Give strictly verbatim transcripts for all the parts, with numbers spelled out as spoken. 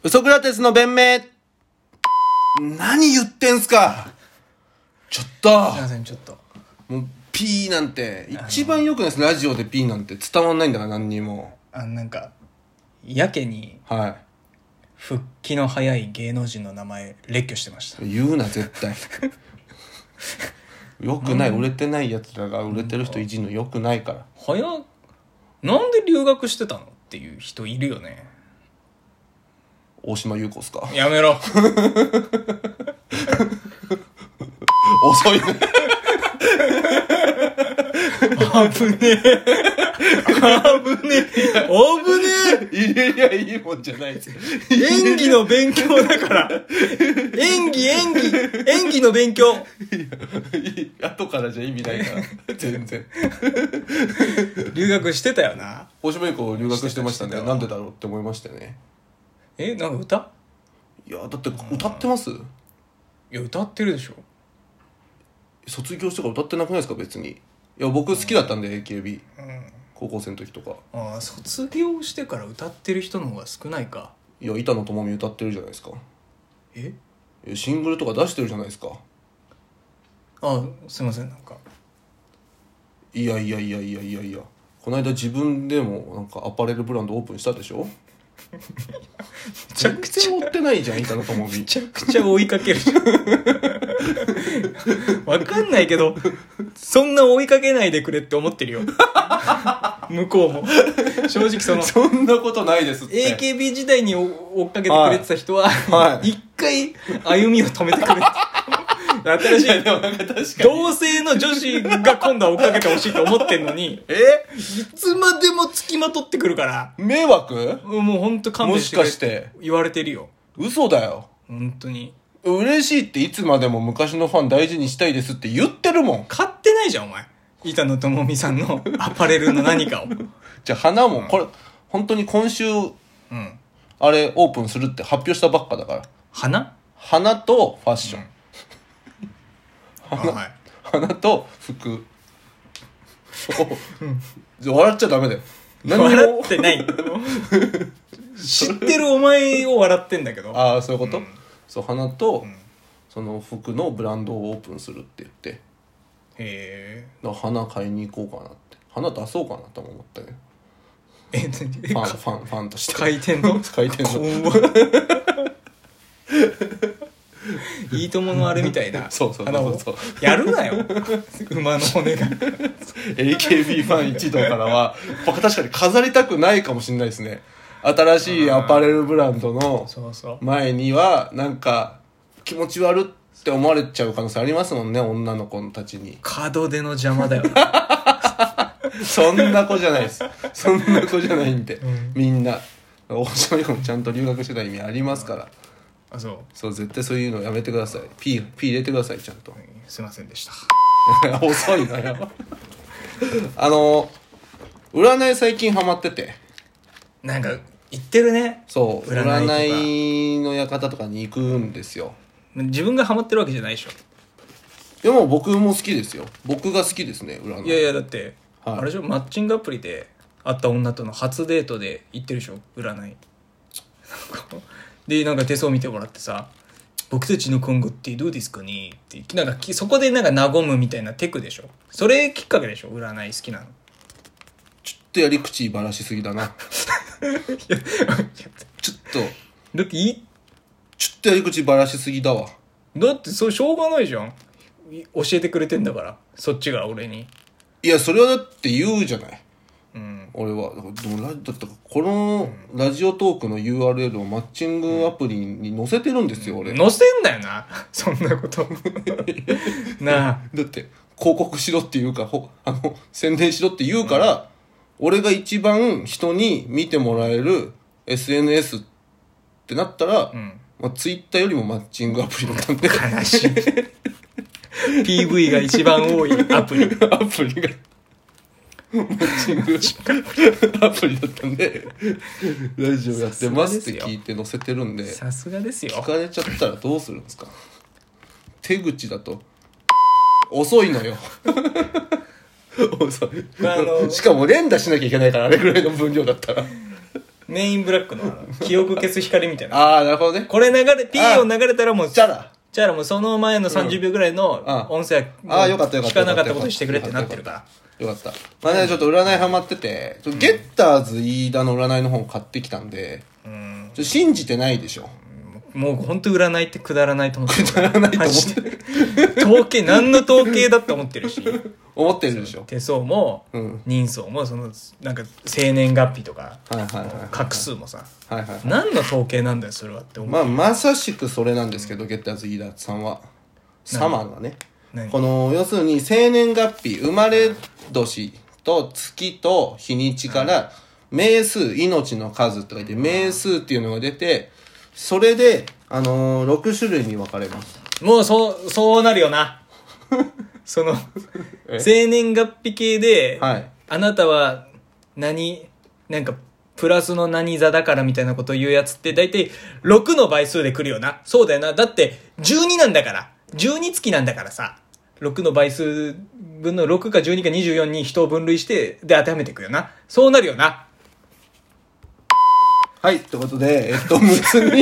ソクラテスの弁明。何言ってんすか。ちょっとすいません、ちょっともう P なんて一番良くないです。ラジオで P なんて伝わんないんだから何にも。 あなんかやけには復帰の早い芸能人の名前列挙してました。 い、言うな絶対よくない、売れてないやつらが売れてる人いじるのよくないから。 早なんで留学してたのっていう人いるよね。 大島優子っすか。 やめろ遅いね危ねえ危ねえ危ね入れりゃいいもんじゃないですよ。 え演技の勉強だから演技演技演技の勉強。 後からじゃ意味ないから全然留学してたよな。 大島優子留学してましたね。 してたなんでだろうって思いましたね。 えなんか歌いやだって歌ってます？ いや歌ってるでしょ。 卒業してから歌ってなくないですか別に。いや僕好きだったんで エーケービー、 うん、 高校生の時とか。 ああ卒業してから歌ってる人の方が少ないか。 いや板野友美歌ってるじゃないですか。 えいやシングルとか出してるじゃないですか。 あすいませんなんかいやいやいやいやいやいやこの間自分でもなんかアパレルブランドオープンしたでしょ。 めちゃくちゃ持ってないじゃん板野友美。 めちゃくちゃ追いかけるじゃんわかんないけどそんな追いかけないでくれって思ってるよ向こうも正直そのそんなことないですって。 エーケービー 時代に追っかけてくれてた人は、 はい、 一回歩みを止めてくれ新しいでもなんか確かに同性の女子が今度は追っかけてほしいと思ってんのにえいつまでも付きまとってくるから迷惑。 もうほんと勘弁してくれもしかして言われてるよ。 嘘だよ。 本当に嬉しいっていつまでも昔のファン大事にしたいですって言ってるもん。 買ってないじゃんお前板野友美さんのアパレルの何かをじゃあ花もこれ、うん、本当に今週、うん、あれオープンするって発表したばっかだから。 花花とファッション、うん花, はい、 花と服、うん、笑っちゃダメだよ。 何笑ってない知ってるお前を笑ってんだけど。 ああそういうこと、うん、そう花と、うん、その服のブランドをオープンするって言って、へえ花買いに行こうかなって。花出そうかなとも思ったけどえファンファンファンとして回転の回転のいいとものあれみたいなそうそうそうそうやるなよ馬の骨がエーケービー ファン一同からは確かに飾りたくないかもしれないですね。新しいアパレルブランドの前にはなんか気持ち悪って思われちゃう可能性ありますもんね。女の子たちに門出の邪魔だよそんな子じゃないです。そんな子じゃないんで、うん、みんな大島優子もちゃんと留学してた意味ありますから。 あそうそう絶対そういうのやめてください。 P, P 入れてくださいちゃんと、うん、 すいませんでした遅いのよあの占い最近ハマっててなんか言ってるね。 そう占い, 占いの館とかに行くんですよ。 自分がハマってるわけじゃないでしょ。 でも僕も好きですよ。僕が好きですね占い。 いやいやだって、はい、あれでしょマッチングアプリで会った女との初デートで行ってるでしょ占いでなんか手相見てもらってさ僕たちの今後ってどうですかねってなんかそこでなんか和むみたいなテクでしょ。それきっかけでしょ占い好きなの。 ちょっとやり口ばらしすぎだなちょっとだっていいちょっとやり口ばらしすぎだわ。 だってそれしょうがないじゃん。教えてくれてんだからそっちが俺に。 いやそれはだって言うじゃない、 うん、 俺はでもだってこのラジオトークの ユーアールエル をマッチングアプリに載せてるんですよ、うん、俺載せんだよなそんなことなあだって広告しろって言うかほあの宣伝しろって言うから、うん、俺が一番人に見てもらえる エスエヌエス ってなったら、うんまあ、ツイッターよりもマッチングアプリだったんで悲しいピーブイ が一番多いアプリアプリがマッチングアプリだったんでラジオやってますって聞いて載せてるんでさすがですよ。 聞かれちゃったらどうするんですか。手口だと遅いのよ遅いあのしかも連打しなきゃいけないからあれぐらいの分量だったらメインブラックの記憶消す光みたいな。 ああ、なるほどね。 これ流れ、P を流れたらもう、 じゃあだ。 じゃあもうその前のさんじゅうびょうぐらいの音声は、ああ、よかったよかった。 聞かなかったことしてくれってなってるから。 よかった。まあね、ちょっと占いハマってて、ゲッターズ飯田の占いの本買ってきたんで、うん、ちょ信じてないでしょ。 もう本当占いってくだらないと思ってる。 くだらないと思ってる。 統計、何の統計だって思ってるし。 思ってるでしょ。 手相も、うん、人相も、その、なんか、生年月日とか、画数もさ、はいはいはい、何の統計なんだよ、それはって思う。 まあ、まさしくそれなんですけど、ゲッターズ飯田さんは。サマーがね。この、要するに、生年月日、生まれ年と月と日にちから、命数、命の数って書いて、命数っていうのが出て、それで、あのー、ろく種類に分かれます。 もう、そう、そうなるよな。その、生年月日系で、はい、あなたは何、なんか、プラスの何座だからみたいなことを言うやつって、だいたいろくの倍数で来るよな。そうだよな。だって、じゅうになんだから。じゅうに月なんだからさ。ろくの倍数分のろくかじゅうにかにじゅうよんに人を分類して、で当てはめていくよな。そうなるよな。 はい、ということで、えっと、むつみ。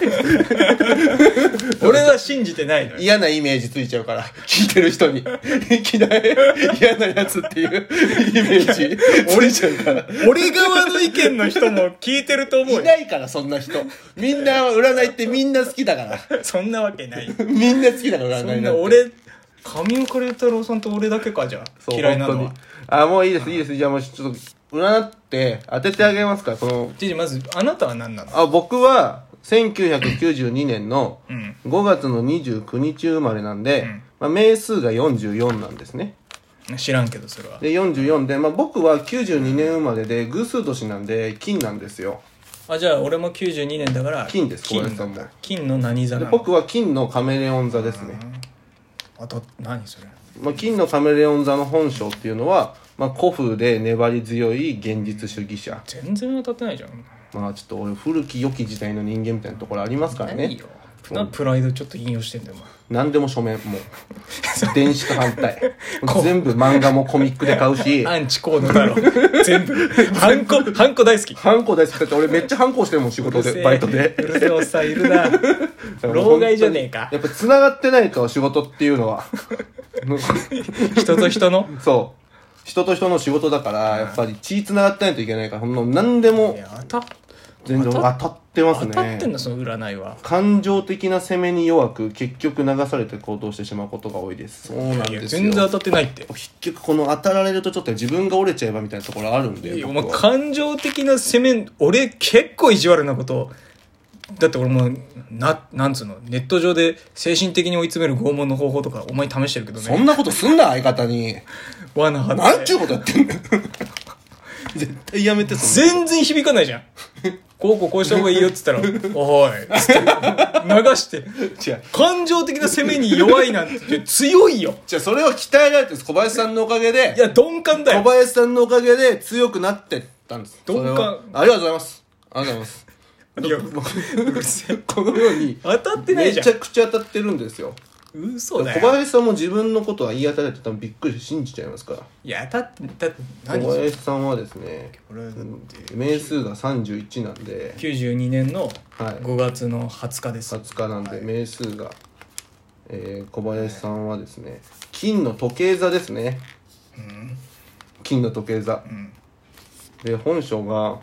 俺は信じてないのよ。 嫌なイメージついちゃうから、聞いてる人に。嫌なやつっていうイメージついちゃうから。 俺側の意見の人も聞いてると思うよ。 いないから、そんな人。みんな、占いってみんな好きだから。 そんなわけない。 みんな好きだから、占いなんて。 そんな俺、上岡龍太郎さんと俺だけか、じゃあ。嫌いなのは。 あ、もういいです、いいです。じゃあもうちょっと、占って当ててあげますか、この。 じゃまず、あなたは何なの？ あ、僕は、せんきゅうひゃくきゅうじゅうにねんのごがつのにじゅうくにち生まれなんで、うん、まあ、命数がよんじゅうよんなんですね。 知らんけど、それは。 で、よんじゅうよんで、まあ僕はきゅうじゅうにねん生まれで、偶数年なんで、金なんですよ。 あ、じゃあ俺もきゅうじゅうにねんだから、 金です、小林さんも。 金の何座なの？ で僕は金のカメレオン座ですね。 あと、何それ？ まあ、金のカメレオン座の本性っていうのは、まあ、古風で粘り強い現実主義者。 全然当たってないじゃん。 まあちょっと俺古き良き時代の人間みたいなところありますからね。 いいよ。なプライドちょっと引用してんだよ、お前。 何でも書面、もう。電子化反対。全部漫画もコミックで買うし。 アンチコードだろ。全部。ハンコ、ハンコ大好き。 ハンコ大好き。だって俺めっちゃハンコしてるもん、仕事で、バイトで。 うるせえおっさんいるな。老害じゃねえか。 やっぱ繋がってないと仕事っていうのは。 人と人のそう。人と人の仕事だから、やっぱり血繋がってないといけないから、ほんの何でも。 いや、当たっ全然当たってますね。 当たってんだ、その占いは。 感情的な攻めに弱く、結局流されて行動してしまうことが多いです。そうなんですよ。 全然当たってないって。 結局この当たられるとちょっと自分が折れちゃえばみたいなところあるんで。 いや、お前感情的な攻め、俺結構意地悪なこと、だって俺もな、なんつうの、ネット上で精神的に追い詰める拷問の方法とかお前試してるけどね。 そんなことすんな、相方に。 罠張って。 なんちゅうことやってんの絶対やめて。 全然響かないじゃん。こうこうこうした方がいいよっつったら、おいっつって流して。違う。感情的な攻めに弱いなんて強いよ。 じゃあそれは鍛えられてるんです。小林さんのおかげで。 いや、鈍感だよ。 小林さんのおかげで強くなってったんです。 鈍感。 ありがとうございます。ありがとうございます。 いや、うるせえ。 このように当たってないじゃん。 めちゃくちゃ当たってるんですよ。 嘘だよ。 小林さんも自分のことは言い当たられて多分びっくりして信じちゃいますから。 いや、当たって、だって何？小林さんはですね、命数がさんじゅういちなんで、 きゅうじゅうにねんのごがつのはつかです。 はつかなんで、命数が、えー、小林さんはですね、金の時計座ですね。うん、金の時計座。うん、で、本性が、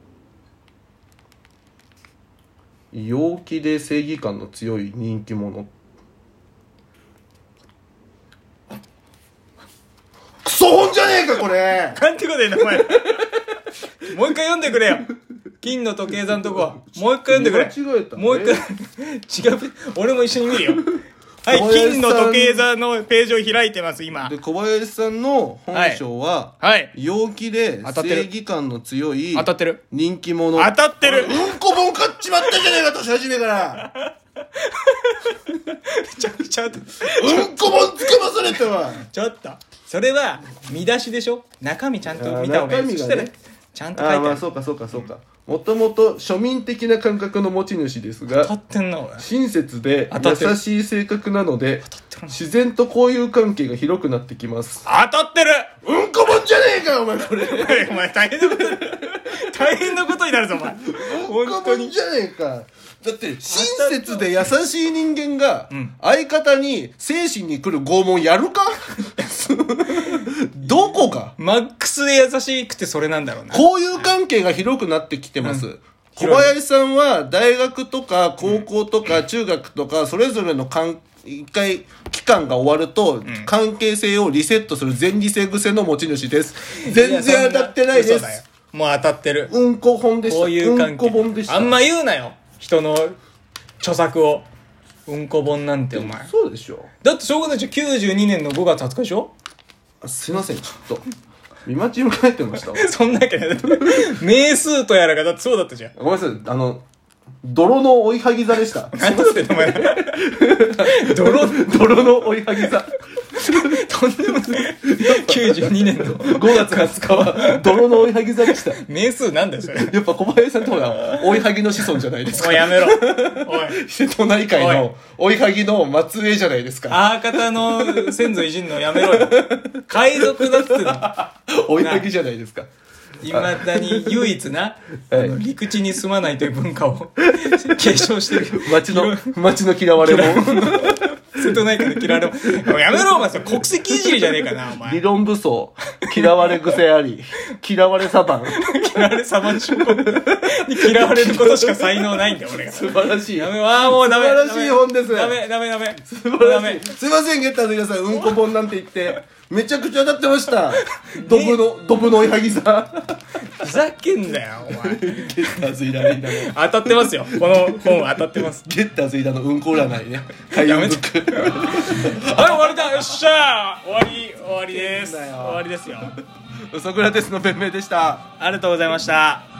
陽気で正義感の強い人気者。クソ本じゃねえかこれ。 なんてこと言うんだお前。もう一回読んでくれよ。金の時計座のとこもう一回読んでくれ。 間違えた。 もう一回違う。俺も一緒に見るよ。はい、金の時計座のページを開いてます今。 で、小林さんの本性は、はい、陽気で正義感の強い当たってる人気者。 当たってる。 うんこ本買っちまったじゃねえか年始めから。 ちょちょっとうんこ本つかまされたわ。 ちょっとそれは見出しでしょ。中身ちゃんと見た方がいい。そしたらちゃんと書いてある。 ああ、まあそうかそうかそうか。 もともと庶民的な感覚の持ち主ですが、 当たってんなおい。 親切で優しい性格なので自然と交友関係が広くなってきます。 当たってる。 うんこもんじゃねえかお前これお前大変なこと大変なことになるぞお前。 うんこもんじゃねえか。だって親切で優しい人間が相方に精神に来る拷問やるかどこがマックスで優しくてそれなんだろうな。 交友関係が広くなってきてます、うん、小林さんは大学とか高校とか中学とかそれぞれの関一回期間が終わると関係性をリセットする前理性癖の持ち主です。全然当たってないです。 もう当たってる。 うんこ本でした。 こういう関係、 うんこ本でした。 あんま言うなよ人の著作を。うんこ本なんてお前。 そうでしょ。 だって小学校きゅうじゅうにねんのごがつはつかでしょ。 すいませんちょっと見間違えてましたわそんなわけない名数とやらがだってそうだったじゃん。 ごめんなさい、あの泥の追いはぎ座でした。 何だってお前泥泥の追いはぎ座とんでもないきゅうじゅうにねんのごがつはつかは泥の追いはぎ座でした。 名数なんだよそれ。 やっぱ小林さんってほら追いはぎの子孫じゃないですか。 もうやめろおい瀬戸内海の追いはぎの末裔じゃないですか。 ああ方の先祖いじんのやめろよ。海賊だっつっての追いはぎじゃないですか。 いまだに唯一な、あの陸地に住まないという文化を継承してる町の町の嫌われ者瀬戸内海の嫌われ者やめろお前それ国籍いじりじゃねえかなお前。 理論武装嫌われ癖あり嫌われサバン嫌われサバン諸国に嫌われることしか才能ないんだよ俺が。 素晴らしい。 やめあーもうダメ。 素晴らしい本です。 ダメダメダメ素晴らしい。すいませんゲッターズ皆さんうんこ本なんて言ってめちゃくちゃ当たってました。ドブのドブの追いはぎさふざけんなよお前。 ゲッターズイダの当たってますよこの本は当たってます。 ゲッターズイダのうんこ占いね。やめてはい終わりだよっしゃー終わり終わりです終わりですよ。 ソクラテスの弁明でした。 ありがとうございました。